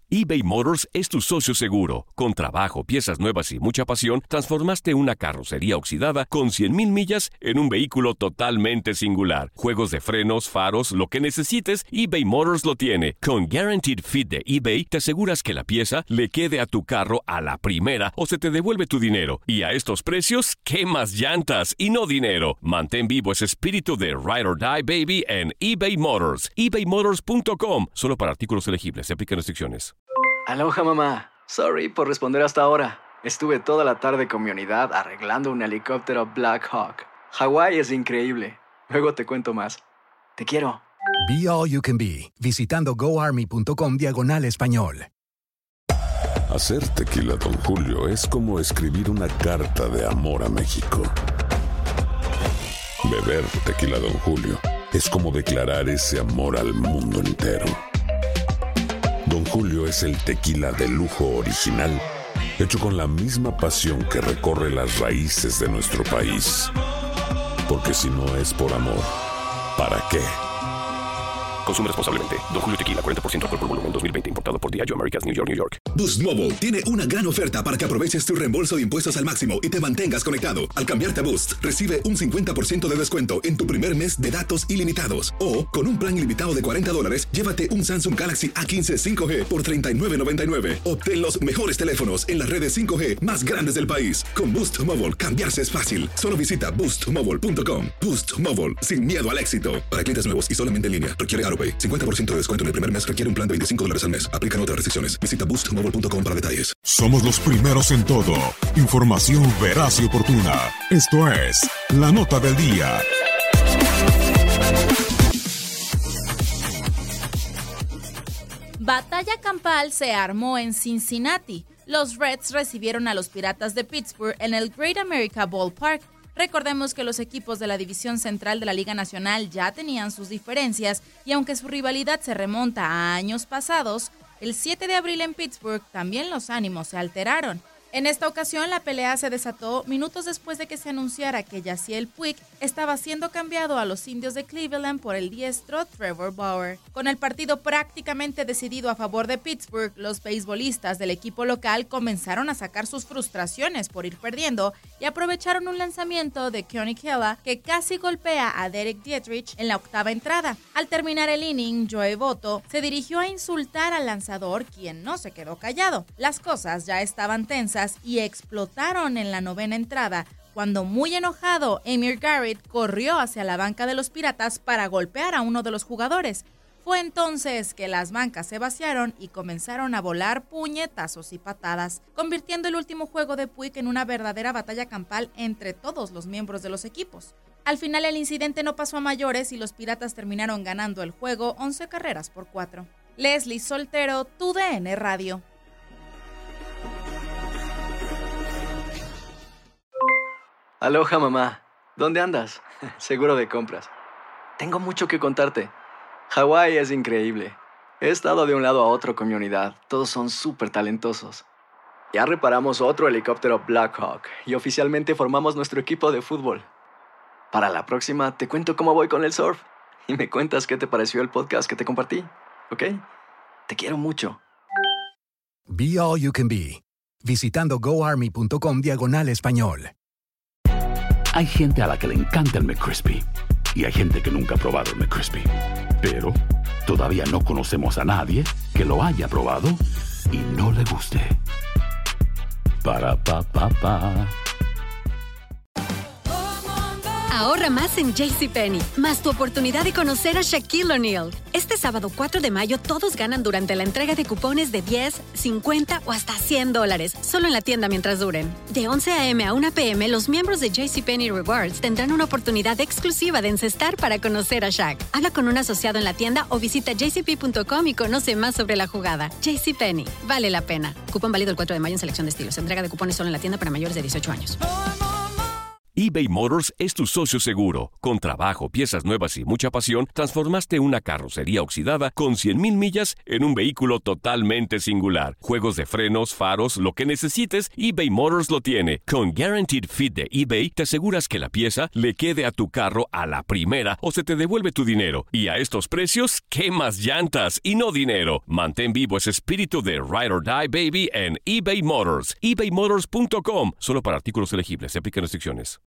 eBay Motors es tu socio seguro. Con trabajo, piezas nuevas y mucha pasión, transformaste una carrocería oxidada con 100,000 millas en un vehículo totalmente singular. Juegos de frenos, faros, lo que necesites, eBay Motors lo tiene. Con Guaranteed Fit de eBay, te aseguras que la pieza le quede a tu carro a la primera o se te devuelve tu dinero. Y a estos precios, ¿qué más llantas y no dinero? Mantén vivo ese espíritu de Ride or Die, baby, en eBay Motors. ebaymotors.com. Solo para artículos elegibles. Se aplican restricciones. Aloha, mamá. Sorry por responder hasta ahora. Estuve toda la tarde con mi unidad arreglando un helicóptero Black Hawk. Hawái es increíble. Luego te cuento más. Te quiero. Be All You Can Be, visitando goarmy.com/español. Hacer tequila Don Julio es como escribir una carta de amor a México. Beber tequila Don Julio es como declarar ese amor al mundo entero. Don Julio es el tequila de lujo original, hecho con la misma pasión que recorre las raíces de nuestro país. Porque si no es por amor, ¿para qué? Consume responsablemente. Don Julio Tequila, 40% alcohol por volumen, 2020. Importado por Diageo Americas, New York, New York. Boost Mobile tiene una gran oferta para que aproveches tu reembolso de impuestos al máximo y te mantengas conectado. Al cambiarte a Boost, recibe un 50% de descuento en tu primer mes de datos ilimitados. O, con un plan ilimitado de $40, llévate un Samsung Galaxy A15 5G por $39.99. Obtén los mejores teléfonos en las redes 5G más grandes del país. Con Boost Mobile, cambiarse es fácil. Solo visita boostmobile.com. Boost Mobile, sin miedo al éxito. Para clientes nuevos y solamente en línea, requiere AroPay. 50% de descuento en el primer mes, requiere un plan de $25 al mes. Aplican otras restricciones. Visita boostmobile.com para detalles. Somos los primeros en todo. Información veraz y oportuna. Esto es La Nota del Día. Batalla campal se armó en Cincinnati. Los Reds recibieron a los Piratas de Pittsburgh en el Great America Ballpark. Recordemos que los equipos de la División Central de la Liga Nacional ya tenían sus diferencias y aunque su rivalidad se remonta a años pasados, el 7 de abril en Pittsburgh también los ánimos se alteraron. En esta ocasión la pelea se desató minutos después de que se anunciara que Yasiel Puig estaba siendo cambiado a los Indios de Cleveland por el diestro Trevor Bauer. Con el partido prácticamente decidido a favor de Pittsburgh, los beisbolistas del equipo local comenzaron a sacar sus frustraciones por ir perdiendo y aprovecharon un lanzamiento de Keone Kela que casi golpea a Derek Dietrich en la octava entrada. Al terminar el inning, Joey Votto se dirigió a insultar al lanzador, quien no se quedó callado. Las cosas ya estaban tensas y explotaron en la novena entrada, cuando muy enojado, Amir Garrett corrió hacia la banca de los Piratas para golpear a uno de los jugadores. Fue entonces que las bancas se vaciaron y comenzaron a volar puñetazos y patadas, convirtiendo el último juego de Puig en una verdadera batalla campal entre todos los miembros de los equipos. Al final el incidente no pasó a mayores y los Piratas terminaron ganando el juego 11 carreras por 4. Leslie Soltero, TUDN Radio. Aloha, mamá. ¿Dónde andas? Seguro de compras. Tengo mucho que contarte. Hawái es increíble. He estado de un lado a otro con mi unidad. Todos son súper talentosos. Ya reparamos otro helicóptero Black Hawk y oficialmente formamos nuestro equipo de fútbol. Para la próxima te cuento cómo voy con el surf y me cuentas qué te pareció el podcast que te compartí, ¿ok? Te quiero mucho. Be All You Can Be, visitando goarmy.com/español. Hay gente a la que le encanta el McCrispy y hay gente que nunca ha probado el McCrispy. Pero todavía no conocemos a nadie que lo haya probado y no le guste. Para pa pa pa. Ahorra más en JCPenney, más tu oportunidad de conocer a Shaquille O'Neal. Este sábado 4 de mayo todos ganan durante la entrega de cupones de $10, $50 o hasta $100, solo en la tienda mientras duren. De 11 a.m. a 1 p.m., los miembros de JCPenney Rewards tendrán una oportunidad exclusiva de encestar para conocer a Shaq. Habla con un asociado en la tienda o visita jcp.com y conoce más sobre la jugada. JCPenney, vale la pena. Cupón válido el 4 de mayo en selección de estilos. Entrega de cupones solo en la tienda para mayores de 18 años. eBay Motors es tu socio seguro. Con trabajo, piezas nuevas y mucha pasión, transformaste una carrocería oxidada con 100,000 millas en un vehículo totalmente singular. Juegos de frenos, faros, lo que necesites, eBay Motors lo tiene. Con Guaranteed Fit de eBay, te aseguras que la pieza le quede a tu carro a la primera o se te devuelve tu dinero. Y a estos precios, ¿qué más llantas y no dinero? Mantén vivo ese espíritu de Ride or Die, baby, en eBay Motors. ebaymotors.com. Solo para artículos elegibles. Se aplican restricciones.